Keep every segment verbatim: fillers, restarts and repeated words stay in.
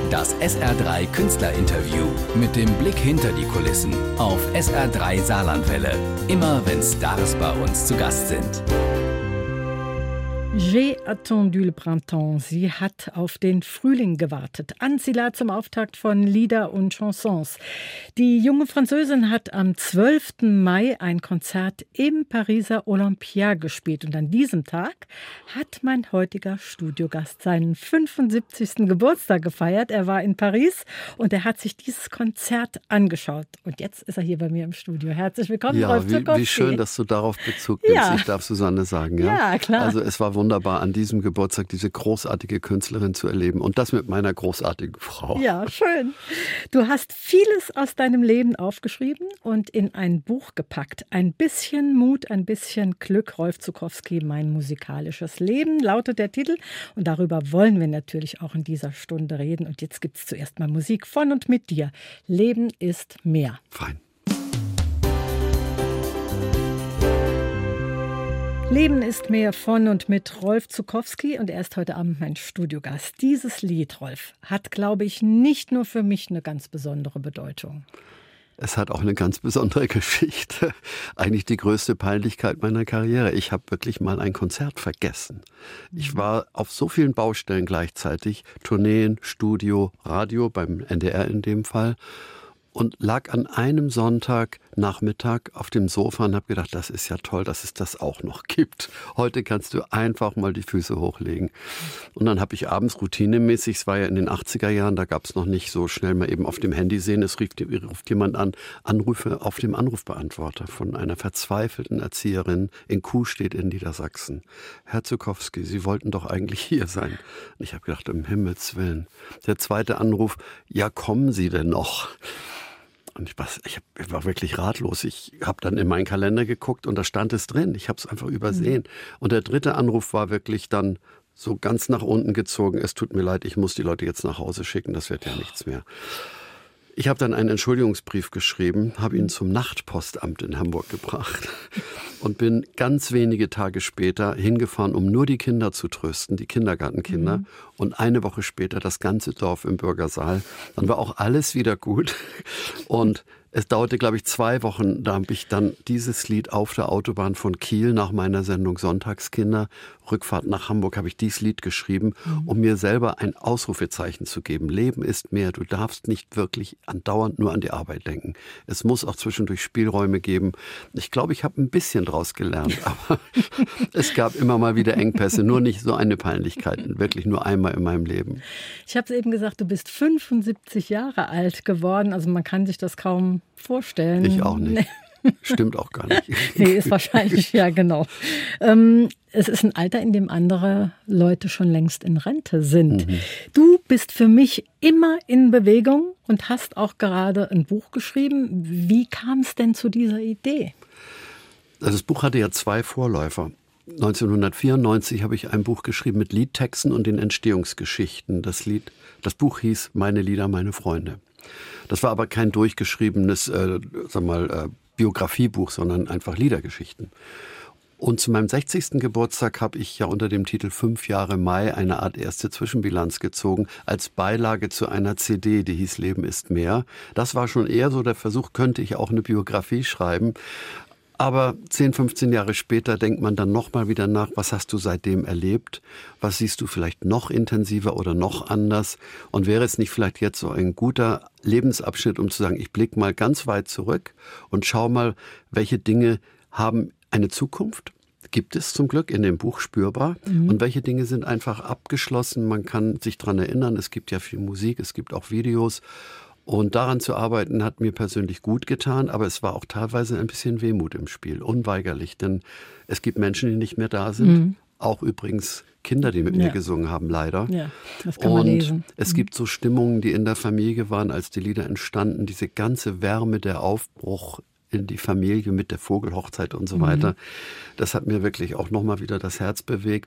Das S R drei Künstlerinterview mit dem Blick hinter die Kulissen auf S R drei Saarlandwelle. Immer wenn Stars bei uns zu Gast sind. J'ai attendu le printemps. Sie hat auf den Frühling gewartet. Ancilla zum Auftakt von Lieder und Chansons. Die junge Französin hat am zwölften Mai ein Konzert im Pariser Olympia gespielt. Und an diesem Tag hat mein heutiger Studiogast seinen fünfundsiebzigsten Geburtstag gefeiert. Er war in Paris und er hat sich dieses Konzert angeschaut. Und jetzt ist er hier bei mir im Studio. Herzlich willkommen, ja, Rolf wie, Zuckowski. Wie schön, dass du darauf Bezug nimmst. Ja. Ich darf Susanne sagen. Ja, ja klar. Also es war wunderbar, an diesem Geburtstag diese großartige Künstlerin zu erleben. Und das mit meiner großartigen Frau. Ja, schön. Du hast vieles aus deinem Leben aufgeschrieben und in ein Buch gepackt. Ein bisschen Mut, ein bisschen Glück. Rolf Zuckowski, mein musikalisches Leben, lautet der Titel. Und darüber wollen wir natürlich auch in dieser Stunde reden. Und jetzt gibt es zuerst mal Musik von und mit dir. Leben ist mehr. Fein. Leben ist mehr von und mit Rolf Zuckowski und er ist heute Abend mein Studiogast. Dieses Lied, Rolf, hat, glaube ich, nicht nur für mich eine ganz besondere Bedeutung. Es hat auch eine ganz besondere Geschichte. Eigentlich die größte Peinlichkeit meiner Karriere. Ich habe wirklich mal ein Konzert vergessen. Ich war auf so vielen Baustellen gleichzeitig. Tourneen, Studio, Radio, beim N D R in dem Fall. Und lag an einem Sonntagnachmittag auf dem Sofa und habe gedacht, das ist ja toll, dass es das auch noch gibt. Heute kannst du einfach mal die Füße hochlegen. Und dann habe ich abends routinemäßig, es war ja in den achtziger Jahren, da gab es noch nicht so schnell mal eben auf dem Handy sehen, es rief, ruft jemand an, Anrufe auf dem Anrufbeantworter von einer verzweifelten Erzieherin in Kuhstedt in Niedersachsen. Herr Zuckowski, Sie wollten doch eigentlich hier sein. Und ich habe gedacht, um Himmels Willen. Der zweite Anruf, ja, kommen Sie denn noch? Und ich war, ich, hab, ich war wirklich ratlos. Ich habe dann in meinen Kalender geguckt und da stand es drin. Ich habe es einfach übersehen. Mhm. Und der dritte Anruf war wirklich dann so ganz nach unten gezogen. Es tut mir leid, ich muss die Leute jetzt nach Hause schicken. Das wird ja nichts mehr. Ich habe dann einen Entschuldigungsbrief geschrieben, habe ihn zum Nachtpostamt in Hamburg gebracht und bin ganz wenige Tage später hingefahren, um nur die Kinder zu trösten, die Kindergartenkinder. Mhm. Und eine Woche später das ganze Dorf im Bürgersaal. Dann war auch alles wieder gut. Und es dauerte, glaube ich, zwei Wochen, da habe ich dann dieses Lied auf der Autobahn von Kiel nach meiner Sendung Sonntagskinder, Rückfahrt nach Hamburg, habe ich dieses Lied geschrieben, um mir selber ein Ausrufezeichen zu geben. Leben ist mehr, du darfst nicht wirklich andauernd nur an die Arbeit denken. Es muss auch zwischendurch Spielräume geben. Ich glaube, ich habe ein bisschen draus gelernt, aber es gab immer mal wieder Engpässe, nur nicht so eine Peinlichkeit, wirklich nur einmal in meinem Leben. Ich habe es eben gesagt, du bist fünfundsiebzig Jahre alt geworden, also man kann sich das kaum vorstellen. Ich auch nicht. Stimmt auch gar nicht. Nee, ist wahrscheinlich, ja genau. Ähm, es ist ein Alter, in dem andere Leute schon längst in Rente sind. Mhm. Du bist für mich immer in Bewegung und hast auch gerade ein Buch geschrieben. Wie kam es denn zu dieser Idee? Das Buch hatte ja zwei Vorläufer. neunzehnhundertvierundneunzig habe ich ein Buch geschrieben mit Liedtexten und den Entstehungsgeschichten. Das Lied, das Buch hieß Meine Lieder, meine Freunde. Das war aber kein durchgeschriebenes, äh, sag mal, äh, Biografiebuch, sondern einfach Liedergeschichten. Und zu meinem sechzigsten Geburtstag habe ich ja unter dem Titel Fünf Jahre Mai eine Art erste Zwischenbilanz gezogen, als Beilage zu einer C D, die hieß Leben ist mehr. Das war schon eher so der Versuch, könnte ich auch eine Biografie schreiben. Aber zehn, fünfzehn Jahre später denkt man dann nochmal wieder nach, was hast du seitdem erlebt? Was siehst du vielleicht noch intensiver oder noch anders? Und wäre es nicht vielleicht jetzt so ein guter Lebensabschnitt, um zu sagen, ich blicke mal ganz weit zurück und schau mal, welche Dinge haben eine Zukunft? Gibt es zum Glück in dem Buch spürbar. Mhm. Und welche Dinge sind einfach abgeschlossen? Man kann sich dran erinnern, es gibt ja viel Musik, es gibt auch Videos. Und daran zu arbeiten hat mir persönlich gut getan, aber es war auch teilweise ein bisschen Wehmut im Spiel, unweigerlich. Denn es gibt Menschen, die nicht mehr da sind, mhm. auch übrigens Kinder, die mit ja. mir gesungen haben, leider. Ja, das kann man Und lesen. Es mhm. gibt so Stimmungen, die in der Familie waren, als die Lieder entstanden, diese ganze Wärme, der Aufbruch in die Familie mit der Vogelhochzeit und so weiter. Das hat mir wirklich auch nochmal wieder das Herz bewegt.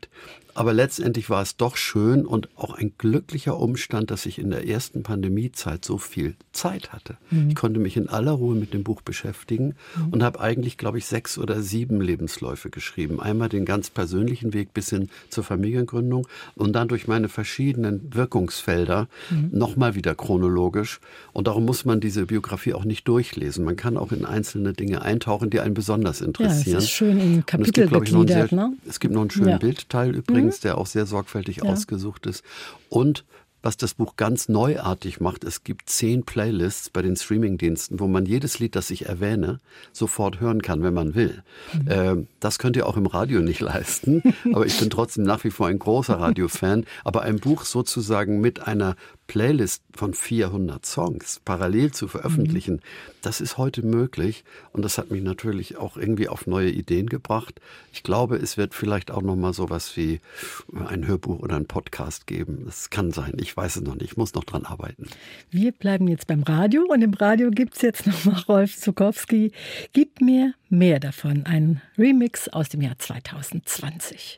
Aber letztendlich war es doch schön und auch ein glücklicher Umstand, dass ich in der ersten Pandemiezeit so viel Zeit hatte. Mhm. Ich konnte mich in aller Ruhe mit dem Buch beschäftigen mhm. und habe eigentlich, glaube ich, sechs oder sieben Lebensläufe geschrieben. Einmal den ganz persönlichen Weg bis hin zur Familiengründung und dann durch meine verschiedenen Wirkungsfelder mhm. nochmal wieder chronologisch. Und darum muss man diese Biografie auch nicht durchlesen. Man kann auch in einzelne Dinge eintauchen, die einen besonders interessieren. Ja, es ist schön in Kapitel gegliedert, sehr, ne? Es gibt noch einen schönen ja. Bildteil übrigens, mhm. der auch sehr sorgfältig ja. ausgesucht ist. Und was das Buch ganz neuartig macht, es gibt zehn Playlists bei den Streamingdiensten, wo man jedes Lied, das ich erwähne, sofort hören kann, wenn man will. Mhm. Ähm, das könnt ihr auch im Radio nicht leisten, aber ich bin trotzdem nach wie vor ein großer Radiofan. Aber ein Buch sozusagen mit einer Playlist von vierhundert Songs parallel zu veröffentlichen, mhm. das ist heute möglich und das hat mich natürlich auch irgendwie auf neue Ideen gebracht. Ich glaube, es wird vielleicht auch noch mal sowas wie ein Hörbuch oder ein Podcast geben. Das kann sein, ich weiß es noch nicht, ich muss noch dran arbeiten. Wir bleiben jetzt beim Radio und im Radio gibt es jetzt noch mal Rolf Zuckowski. Gib mir mehr davon, ein Remix aus dem Jahr zweitausendzwanzig.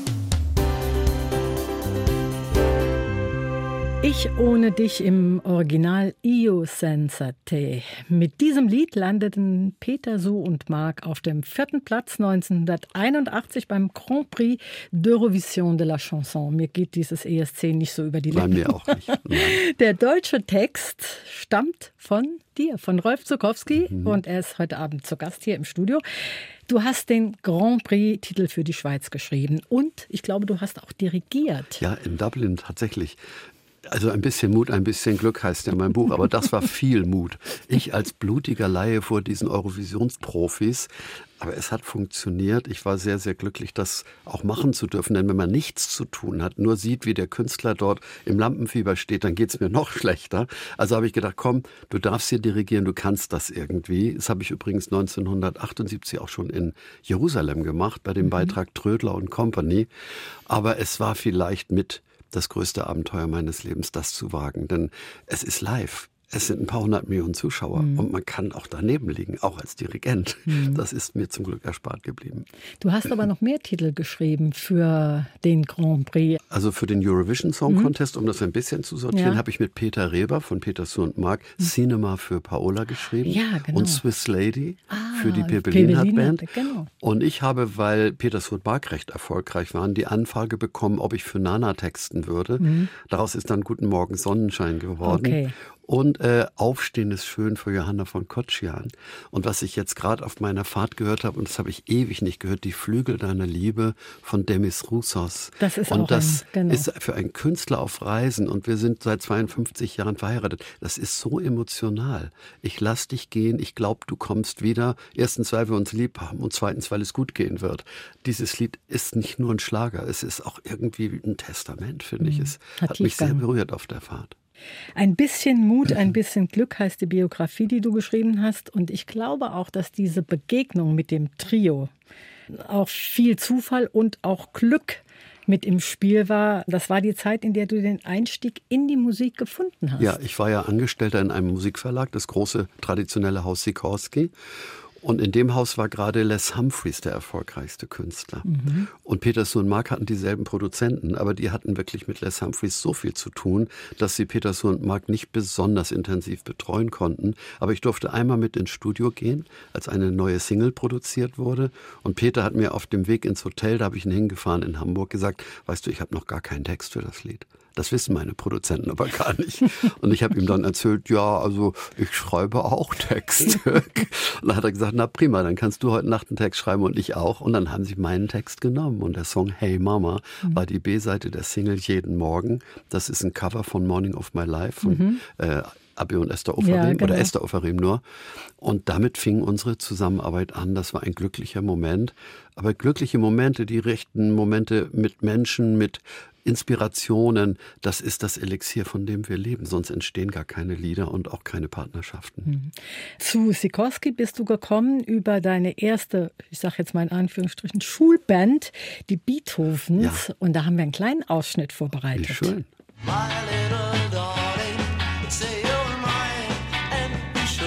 Ich ohne dich im Original Io senza te. Mit diesem Lied landeten Peter, Sue und Marc auf dem vierten Platz neunzehnhunderteinundachtzig beim Grand Prix d'Eurovision de la Chanson. Mir geht dieses E S C nicht so über die Lippen. Bei mir auch nicht. Nein. Der deutsche Text stammt von dir, von Rolf Zuckowski mhm. und er ist heute Abend zu Gast hier im Studio. Du hast den Grand Prix-Titel für die Schweiz geschrieben und ich glaube, du hast auch dirigiert. Ja, in Dublin tatsächlich. Also ein bisschen Mut, ein bisschen Glück heißt ja mein Buch, aber das war viel Mut. Ich als blutiger Laie vor diesen Eurovisionsprofis, aber es hat funktioniert. Ich war sehr, sehr glücklich, das auch machen zu dürfen, denn wenn man nichts zu tun hat, nur sieht, wie der Künstler dort im Lampenfieber steht, dann geht es mir noch schlechter. Also habe ich gedacht, komm, du darfst hier dirigieren, du kannst das irgendwie. Das habe ich übrigens neunzehnhundertachtundsiebzig auch schon in Jerusalem gemacht, bei dem mhm. Beitrag Trödler und Company. Aber es war vielleicht mit das größte Abenteuer meines Lebens, das zu wagen. Denn es ist live. Es sind ein paar hundert Millionen Zuschauer mhm. und man kann auch daneben liegen, auch als Dirigent. Mhm. Das ist mir zum Glück erspart geblieben. Du hast aber noch mehr Titel geschrieben für den Grand Prix. Also für den Eurovision Song Contest, um das ein bisschen zu sortieren, ja. habe ich mit Peter Reber von Peter, Sue und Marc mhm. Cinema für Paola geschrieben ja, genau. und Swiss Lady ah, für die Peer-Berlin-Band. Genau. Und ich habe, weil Peter, Sue und Marc recht erfolgreich waren, die Anfrage bekommen, ob ich für Nana texten würde. Mhm. Daraus ist dann Guten Morgen Sonnenschein geworden. Okay. Und äh, Aufstehen ist schön für Johanna von Kotschian. Und was ich jetzt gerade auf meiner Fahrt gehört habe, und das habe ich ewig nicht gehört, die Flügel deiner Liebe von Demis Roussos. Das ist und auch das ein, genau. ist für einen Künstler auf Reisen, und wir sind seit zweiundfünfzig Jahren verheiratet, das ist so emotional. Ich lass dich gehen, ich glaube, du kommst wieder. Erstens, weil wir uns lieb haben und zweitens, weil es gut gehen wird. Dieses Lied ist nicht nur ein Schlager, es ist auch irgendwie ein Testament, finde ich. Es hat, hat mich sehr berührt auf der Fahrt. Ein bisschen Mut, ein bisschen Glück heißt die Biografie, die du geschrieben hast. Und ich glaube auch, dass diese Begegnung mit dem Trio auch viel Zufall und auch Glück mit im Spiel war. Das war die Zeit, in der du den Einstieg in die Musik gefunden hast. Ja, ich war ja Angestellter in einem Musikverlag, das große traditionelle Haus Sikorski. Und in dem Haus war gerade Les Humphreys der erfolgreichste Künstler. Mhm. Und Peter, Sue und Marc hatten dieselben Produzenten, aber die hatten wirklich mit Les Humphreys so viel zu tun, dass sie Peter, Sue und Marc nicht besonders intensiv betreuen konnten. Aber ich durfte einmal mit ins Studio gehen, als eine neue Single produziert wurde. Und Peter hat mir auf dem Weg ins Hotel, da habe ich ihn hingefahren in Hamburg, gesagt, weißt du, ich habe noch gar keinen Text für das Lied. Das wissen meine Produzenten aber gar nicht. Und ich habe ihm dann erzählt, ja, also ich schreibe auch Text. Und dann hat er gesagt, na prima, dann kannst du heute Nacht einen Text schreiben und ich auch. Und dann haben sie meinen Text genommen. Und der Song Hey Mama mhm. war die B-Seite der Single Jeden Morgen. Das ist ein Cover von Morning of My Life von mhm. äh, Abi und Esther Ofarim, ja, genau. oder Esther Ofarim nur. Und damit fing unsere Zusammenarbeit an. Das war ein glücklicher Moment. Aber glückliche Momente, die rechten Momente mit Menschen, mit Inspirationen, das ist das Elixier, von dem wir leben. Sonst entstehen gar keine Lieder und auch keine Partnerschaften. Zu Sikorski bist du gekommen über deine erste, ich sage jetzt mal in Anführungsstrichen, Schulband, die Beethovens. Ja. Und da haben wir einen kleinen Ausschnitt vorbereitet. Wie schön. My little darling, say you're mine and be sure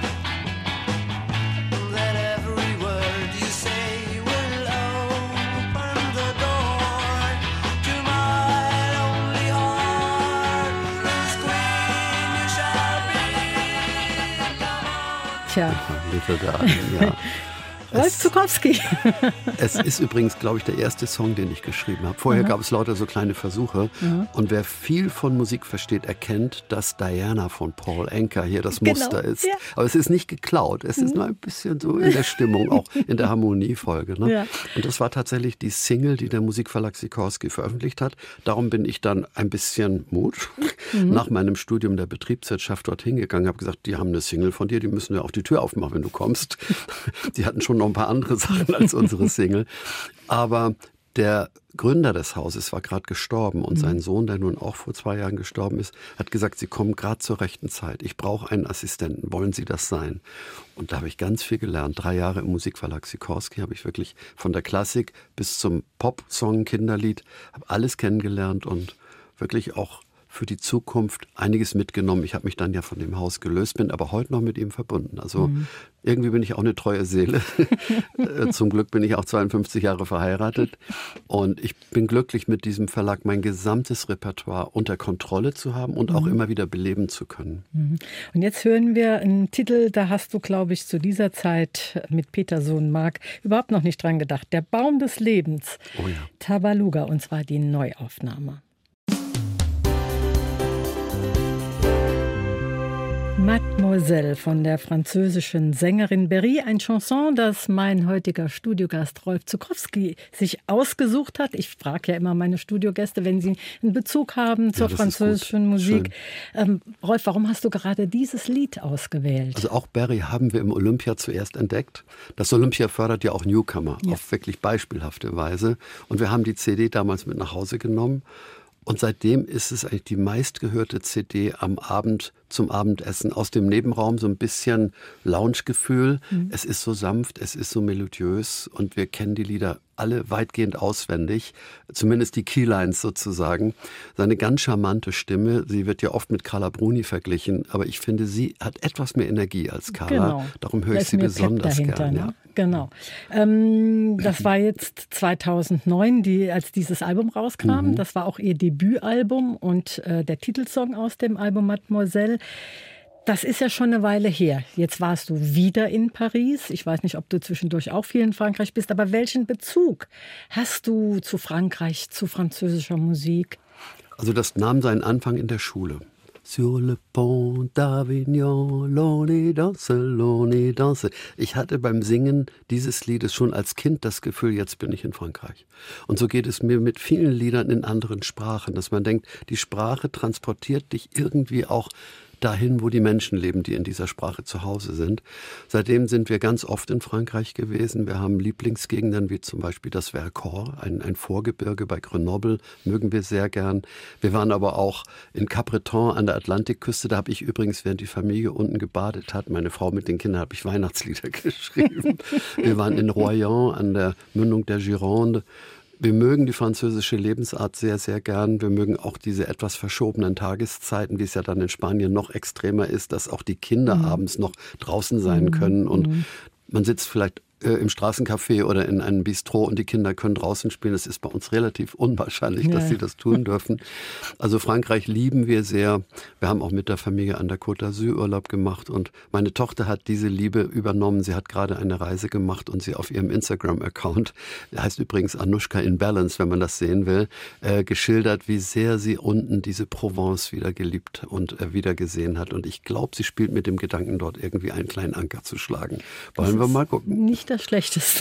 that every word you say will open the door Tja. Little Darling, ja. Rolf Zuckowski. Es ist übrigens, glaube ich, der erste Song, den ich geschrieben habe. Vorher Aha. gab es lauter so kleine Versuche. Aha. Und wer viel von Musik versteht, erkennt, dass Diana von Paul Anka hier das genau. Muster ist. Ja. Aber es ist nicht geklaut. Es mhm. ist nur ein bisschen so in der Stimmung, auch in der Harmoniefolge. Ne? Ja. Und das war tatsächlich die Single, die der Musikverlag Sikorski veröffentlicht hat. Darum bin ich dann ein bisschen Mut mhm. nach meinem Studium der Betriebswirtschaft dorthin gegangen. Habe gesagt, die haben eine Single von dir, die müssen wir auf die Tür aufmachen, wenn du kommst. Die hatten schon noch ein paar andere Sachen als unsere Single. Aber der Gründer des Hauses war gerade gestorben und mhm. sein Sohn, der nun auch vor zwei Jahren gestorben ist, hat gesagt, Sie kommen gerade zur rechten Zeit. Ich brauche einen Assistenten. Wollen Sie das sein? Und da habe ich ganz viel gelernt. Drei Jahre im Musikverlag Sikorski habe ich wirklich von der Klassik bis zum Pop-Song, Kinderlied, habe alles kennengelernt und wirklich auch für die Zukunft einiges mitgenommen. Ich habe mich dann ja von dem Haus gelöst, bin aber heute noch mit ihm verbunden. Also mhm. irgendwie bin ich auch eine treue Seele. Zum Glück bin ich auch zweiundfünfzig Jahre verheiratet. Und ich bin glücklich, mit diesem Verlag mein gesamtes Repertoire unter Kontrolle zu haben und auch mhm. immer wieder beleben zu können. Mhm. Und jetzt hören wir einen Titel, da hast du, glaube ich, zu dieser Zeit mit Peter Sohn Mark überhaupt noch nicht dran gedacht. Der Baum des Lebens. Oh ja. Tabaluga, und zwar die Neuaufnahme. Mademoiselle von der französischen Sängerin Berry, ein Chanson, das mein heutiger Studiogast Rolf Zuckowski sich ausgesucht hat. Ich frage ja immer meine Studiogäste, wenn sie einen Bezug haben zur ja, französischen Musik. Ähm, Rolf, warum hast du gerade dieses Lied ausgewählt? Also auch Berry haben wir im Olympia zuerst entdeckt. Das Olympia fördert ja auch Newcomer ja. auf wirklich beispielhafte Weise. Und wir haben die C D damals mit nach Hause genommen. Und seitdem ist es eigentlich die meistgehörte C D am Abend zum Abendessen. Aus dem Nebenraum so ein bisschen Lounge-Gefühl. Mhm. Es ist so sanft, es ist so melodiös und wir kennen die Lieder alle weitgehend auswendig. Zumindest die Keylines sozusagen. Seine ganz charmante Stimme, sie wird ja oft mit Carla Bruni verglichen, aber ich finde, sie hat etwas mehr Energie als Carla. Genau. Darum höre ich sie besonders gern. Ne? Ja. Genau. Ähm, das war jetzt zweitausendneun, die, als dieses Album rauskam. Mhm. Das war auch ihr Debütalbum und äh, der Titelsong aus dem Album Mademoiselle. Das ist ja schon eine Weile her. Jetzt warst du wieder in Paris. Ich weiß nicht, ob du zwischendurch auch viel in Frankreich bist, aber welchen Bezug hast du zu Frankreich, zu französischer Musik? Also das nahm seinen Anfang in der Schule. Sur le pont d'Avignon, l'on danse, l'on danse. Ich hatte beim Singen dieses Liedes schon als Kind das Gefühl, jetzt bin ich in Frankreich. Und so geht es mir mit vielen Liedern in anderen Sprachen, dass man denkt, die Sprache transportiert dich irgendwie auch dahin, wo die Menschen leben, die in dieser Sprache zu Hause sind. Seitdem sind wir ganz oft in Frankreich gewesen. Wir haben Lieblingsgegenden wie zum Beispiel das Vercors, ein, ein Vorgebirge bei Grenoble, mögen wir sehr gern. Wir waren aber auch in Capbreton an der Atlantikküste. Da habe ich übrigens, während die Familie unten gebadet hat, meine Frau mit den Kindern, habe ich Weihnachtslieder geschrieben. Wir waren in Royan an der Mündung der Gironde. Wir mögen die französische Lebensart sehr, sehr gern. Wir mögen auch diese etwas verschobenen Tageszeiten, wie es ja dann in Spanien noch extremer ist, dass auch die Kinder mhm. abends noch draußen sein mhm. können. Und mhm. man sitzt vielleicht äh, im Straßencafé oder in einem Bistro und die Kinder können draußen spielen. Es ist bei uns relativ unwahrscheinlich, ja. dass sie das tun dürfen. Also Frankreich lieben wir sehr. Wir haben auch mit der Familie an der Côte d'Azur Urlaub gemacht und meine Tochter hat diese Liebe übernommen. Sie hat gerade eine Reise gemacht und sie auf ihrem Instagram-Account, der heißt übrigens Anushka in Balance, wenn man das sehen will, äh, geschildert, wie sehr sie unten diese Provence wieder geliebt und äh, wieder gesehen hat. Und ich glaube, sie spielt mit dem Gedanken, dort irgendwie einen kleinen Anker zu schlagen. Wollen das wir mal gucken. Nicht das Schlechteste.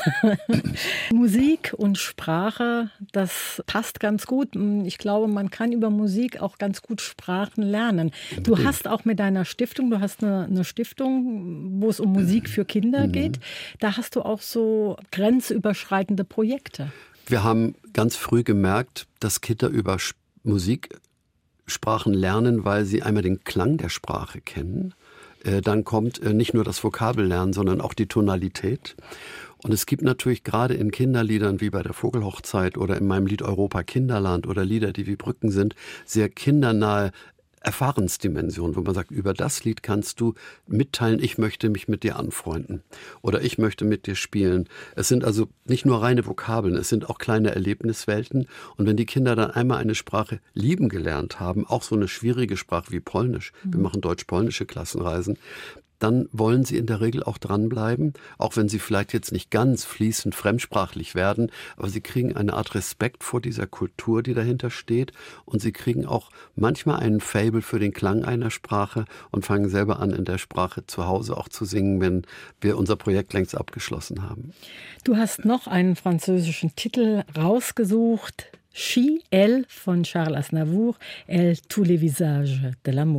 Musik und Sprache, das passt ganz gut. Ich glaube, man kann über Musik auch ganz gut Sprachen lernen. Du hast auch mit deiner Stiftung, du hast eine, eine Stiftung, wo es um Musik für Kinder geht. Da hast du auch so grenzüberschreitende Projekte. Wir haben ganz früh gemerkt, dass Kinder über Musiksprachen lernen, weil sie einmal den Klang der Sprache kennen. Dann kommt nicht nur das Vokabellernen, sondern auch die Tonalität. Und es gibt natürlich gerade in Kinderliedern wie bei der Vogelhochzeit oder in meinem Lied Europa Kinderland oder Lieder, die wie Brücken sind, sehr kindernahe Erfahrensdimension, wo man sagt, über das Lied kannst du mitteilen, ich möchte mich mit dir anfreunden oder ich möchte mit dir spielen. Es sind also nicht nur reine Vokabeln, es sind auch kleine Erlebniswelten. Und wenn die Kinder dann einmal eine Sprache lieben gelernt haben, auch so eine schwierige Sprache wie Polnisch, mhm. wir machen deutsch-polnische Klassenreisen, dann wollen sie in der Regel auch dranbleiben, auch wenn sie vielleicht jetzt nicht ganz fließend fremdsprachlich werden, aber sie kriegen eine Art Respekt vor dieser Kultur, die dahinter steht, und sie kriegen auch manchmal einen Faible für den Klang einer Sprache und fangen selber an, in der Sprache zu Hause auch zu singen, wenn wir unser Projekt längst abgeschlossen haben. Du hast noch einen französischen Titel rausgesucht, She, Elle von Charles Aznavour, Elle, tous les visages de l'amour.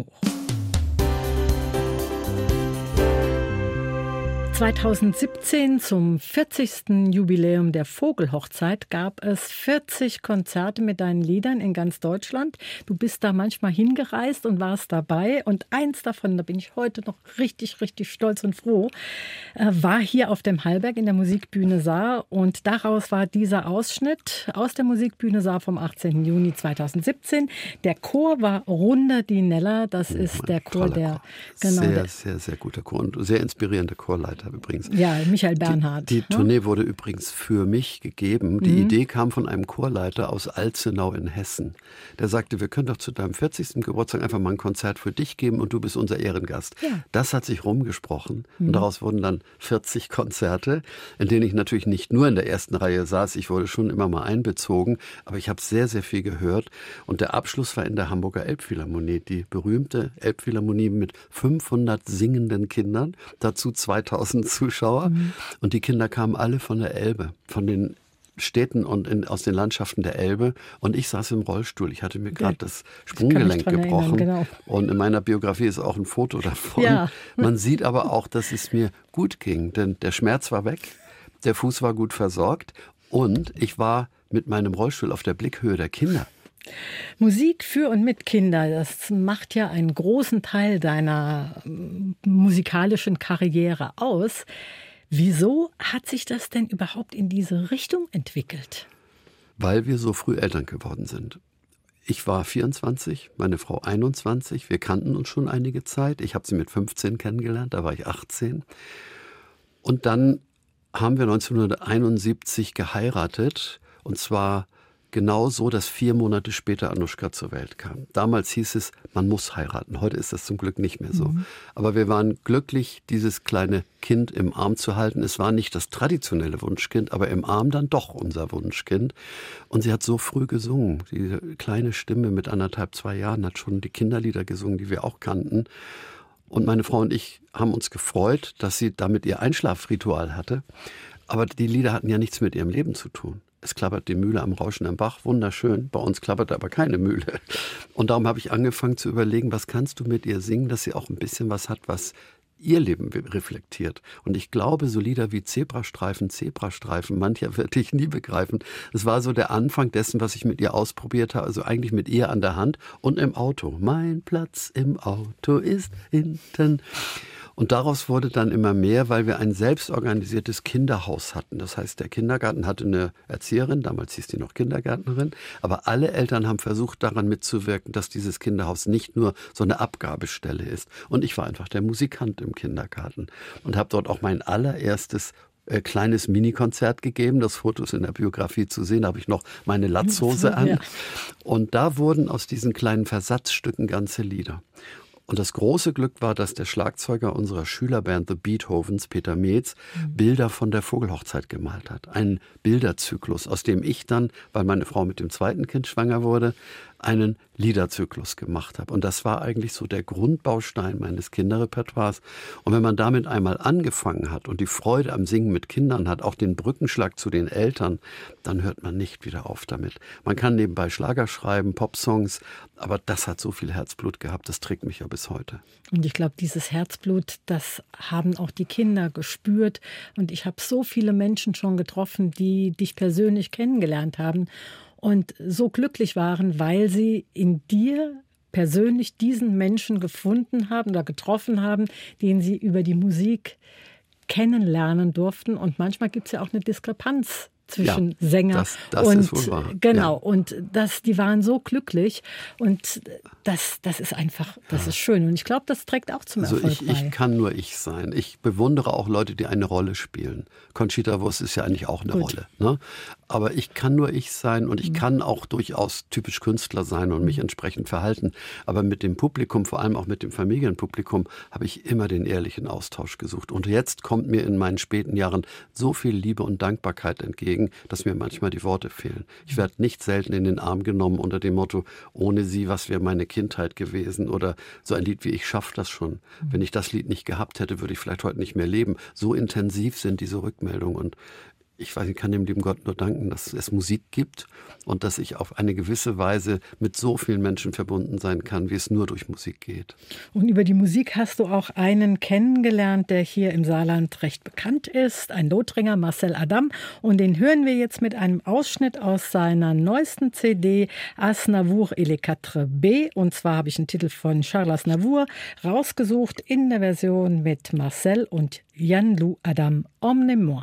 zweitausendsiebzehn zum vierzigsten Jubiläum der Vogelhochzeit gab es vierzig Konzerte mit deinen Liedern in ganz Deutschland. Du bist da manchmal hingereist und warst dabei. Und eins davon, da bin ich heute noch richtig, richtig stolz und froh, war hier auf dem Hallberg in der Musikbühne Saar. Und daraus war dieser Ausschnitt aus der Musikbühne Saar vom achtzehnten Juni zweitausendsiebzehn. Der Chor war Runde die Neller. Das oh, ist der Chor, der... Chor. Genau, sehr, der, sehr, sehr guter Chor und sehr inspirierender Chorleiter übrigens. Ja, Michael Bernhard. Die, die ne? Tournee wurde übrigens für mich gegeben. Die mhm. Idee kam von einem Chorleiter aus Alzenau in Hessen. Der sagte, wir können doch zu deinem vierzigsten Geburtstag einfach mal ein Konzert für dich geben und du bist unser Ehrengast. Ja. Das hat sich rumgesprochen mhm. und daraus wurden dann vierzig Konzerte, in denen ich natürlich nicht nur in der ersten Reihe saß, ich wurde schon immer mal einbezogen, aber ich habe sehr, sehr viel gehört und der Abschluss war in der Hamburger Elbphilharmonie, die berühmte Elbphilharmonie mit fünfhundert singenden Kindern, dazu zweitausend Zuschauer mhm. und die Kinder kamen alle von der Elbe, von den Städten und in, aus den Landschaften der Elbe und ich saß im Rollstuhl. Ich hatte mir gerade ja, das Sprunggelenk gebrochen erinnern, genau. Und in meiner Biografie ist auch ein Foto davon. Ja. Man sieht aber auch, dass es mir gut ging, denn der Schmerz war weg, der Fuß war gut versorgt und ich war mit meinem Rollstuhl auf der Blickhöhe der Kinder. Musik für und mit Kindern, das macht ja einen großen Teil deiner musikalischen Karriere aus. Wieso hat sich das denn überhaupt in diese Richtung entwickelt? Weil wir so früh Eltern geworden sind. Ich war vierundzwanzig, meine Frau einundzwanzig. Wir kannten uns schon einige Zeit. Ich habe sie mit fünfzehn kennengelernt, da war ich achtzehn. Und dann haben wir neunzehnhunderteinundsiebzig geheiratet. Und zwar genau so, dass vier Monate später Anuschka zur Welt kam. Damals hieß es, man muss heiraten. Heute ist das zum Glück nicht mehr so. Mhm. Aber wir waren glücklich, dieses kleine Kind im Arm zu halten. Es war nicht das traditionelle Wunschkind, aber im Arm dann doch unser Wunschkind. Und sie hat so früh gesungen. Diese kleine Stimme mit anderthalb, zwei Jahren hat schon die Kinderlieder gesungen, die wir auch kannten. Und meine Frau und ich haben uns gefreut, dass sie damit ihr Einschlafritual hatte. Aber die Lieder hatten ja nichts mit ihrem Leben zu tun. Es klappert die Mühle am rauschenden Bach, wunderschön. Bei uns klappert aber keine Mühle. Und darum habe ich angefangen zu überlegen, was kannst du mit ihr singen, dass sie auch ein bisschen was hat, was ihr Leben reflektiert. Und ich glaube, so Lieder wie Zebrastreifen, Zebrastreifen, mancher wird dich nie begreifen. Es war so der Anfang dessen, was ich mit ihr ausprobiert habe, also eigentlich mit ihr an der Hand und im Auto. Mein Platz im Auto ist hinten. Und daraus wurde dann immer mehr, weil wir ein selbstorganisiertes Kinderhaus hatten. Das heißt, der Kindergarten hatte eine Erzieherin, damals hieß die noch Kindergärtnerin, aber alle Eltern haben versucht, daran mitzuwirken, dass dieses Kinderhaus nicht nur so eine Abgabestelle ist. Und ich war einfach der Musikant im Kindergarten und habe dort auch mein allererstes äh, kleines Minikonzert gegeben. Das Foto ist in der Biografie zu sehen, da habe ich noch meine Latzhose an. Ja. Und da wurden aus diesen kleinen Versatzstücken ganze Lieder. Und das große Glück war, dass der Schlagzeuger unserer Schülerband The Beethovens, Peter Metz, mhm. Bilder von der Vogelhochzeit gemalt hat. Einen Bilderzyklus, aus dem ich dann, weil meine Frau mit dem zweiten Kind schwanger wurde, einen Liederzyklus gemacht habe. Und das war eigentlich so der Grundbaustein meines Kinderrepertoires. Und wenn man damit einmal angefangen hat und die Freude am Singen mit Kindern hat, auch den Brückenschlag zu den Eltern, dann hört man nicht wieder auf damit. Man kann nebenbei Schlager schreiben, Popsongs, aber das hat so viel Herzblut gehabt, das trägt mich ja bis heute. Und ich glaube, dieses Herzblut, das haben auch die Kinder gespürt. Und ich habe so viele Menschen schon getroffen, die dich persönlich kennengelernt haben und so glücklich waren, weil sie in dir persönlich diesen Menschen gefunden haben oder getroffen haben, den sie über die Musik kennenlernen durften. Und manchmal gibt es ja auch eine Diskrepanz zwischen ja, Sänger das, das und ist wohl wahr. Genau, ja. und das, die waren so glücklich und das, das ist einfach, das ja. ist schön und ich glaube, das trägt auch zum also Erfolg ich, bei. Ich kann nur ich sein. Ich bewundere auch Leute, die eine Rolle spielen. Conchita Wurst ist ja eigentlich auch eine Gut. Rolle. Ne? Aber ich kann nur ich sein und ich mhm. kann auch durchaus typisch Künstler sein und mich entsprechend verhalten. Aber mit dem Publikum, vor allem auch mit dem Familienpublikum, habe ich immer den ehrlichen Austausch gesucht. Und jetzt kommt mir in meinen späten Jahren so viel Liebe und Dankbarkeit entgegen, dass mir manchmal die Worte fehlen. Ich werde nicht selten in den Arm genommen unter dem Motto, ohne sie, was wäre meine Kindheit gewesen? Oder so ein Lied wie Ich schaff das schon. Wenn ich das Lied nicht gehabt hätte, würde ich vielleicht heute nicht mehr leben. So intensiv sind diese Rückmeldungen. Und ich weiß, ich kann dem lieben Gott nur danken, dass es Musik gibt und dass ich auf eine gewisse Weise mit so vielen Menschen verbunden sein kann, wie es nur durch Musik geht. Und über die Musik hast du auch einen kennengelernt, der hier im Saarland recht bekannt ist, ein Lothringer, Marcel Adam. Und den hören wir jetzt mit einem Ausschnitt aus seiner neuesten C D Aznavour et les quatre B. Und zwar habe ich einen Titel von Charles Aznavour rausgesucht in der Version mit Marcel und Yann-Lou Adam, Emmenez-moi.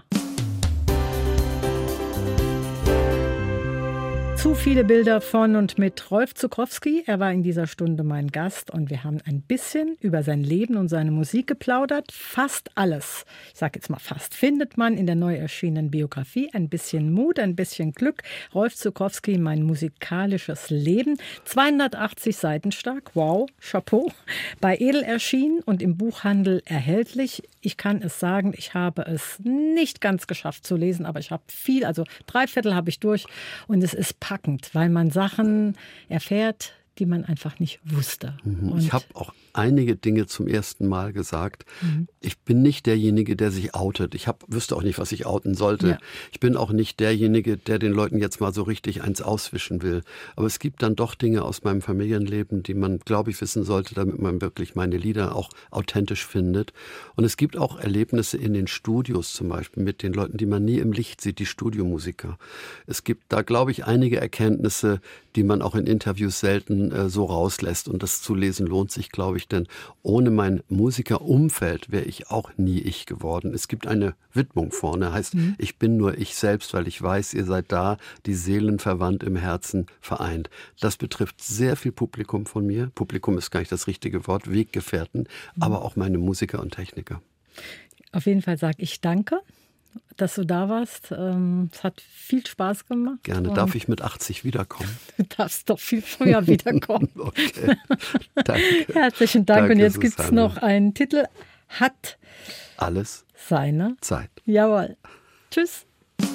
Zu viele Bilder von und mit Rolf Zuckowski. Er war in dieser Stunde mein Gast und wir haben ein bisschen über sein Leben und seine Musik geplaudert. Fast alles, ich sage jetzt mal fast, findet man in der neu erschienenen Biografie. Ein bisschen Mut, ein bisschen Glück. Rolf Zuckowski, mein musikalisches Leben. zweihundertachtzig Seiten stark. Wow, Chapeau. Bei Edel erschienen und im Buchhandel erhältlich. Ich kann es sagen, ich habe es nicht ganz geschafft zu lesen, aber ich habe viel, also drei Viertel habe ich durch und es ist packend, weil man Sachen erfährt, die man einfach nicht wusste. Mhm. Ich habe auch einige Dinge zum ersten Mal gesagt. Mhm. Ich bin nicht derjenige, der sich outet. Ich hab, wüsste auch nicht, was ich outen sollte. Ja. Ich bin auch nicht derjenige, der den Leuten jetzt mal so richtig eins auswischen will. Aber es gibt dann doch Dinge aus meinem Familienleben, die man, glaube ich, wissen sollte, damit man wirklich meine Lieder auch authentisch findet. Und es gibt auch Erlebnisse in den Studios zum Beispiel mit den Leuten, die man nie im Licht sieht, die Studiomusiker. Es gibt da, glaube ich, einige Erkenntnisse, die man auch in Interviews selten äh, so rauslässt. Und das zu lesen lohnt sich, glaube ich, denn ohne mein Musikerumfeld wäre ich auch nie ich geworden. Es gibt eine Widmung vorne, heißt, mhm. ich bin nur ich selbst, weil ich weiß, ihr seid da, die Seelen verwandt im Herzen vereint. Das betrifft sehr viel Publikum von mir. Publikum ist gar nicht das richtige Wort, Weggefährten, mhm. aber auch meine Musiker und Techniker. Auf jeden Fall sage ich danke, dass du da warst. Es hat viel Spaß gemacht. Gerne. Darf ich mit achtzig wiederkommen? Du darfst doch viel früher wiederkommen. Okay. Danke. Herzlichen Dank. Danke, und jetzt gibt es Susanne. noch einen Titel. Hat alles seine Zeit. Jawohl. Tschüss.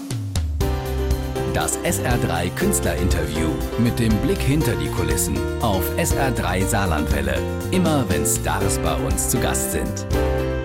Das S R drei Künstlerinterview mit dem Blick hinter die Kulissen auf S R drei Saarlandwelle. Immer wenn Stars bei uns zu Gast sind.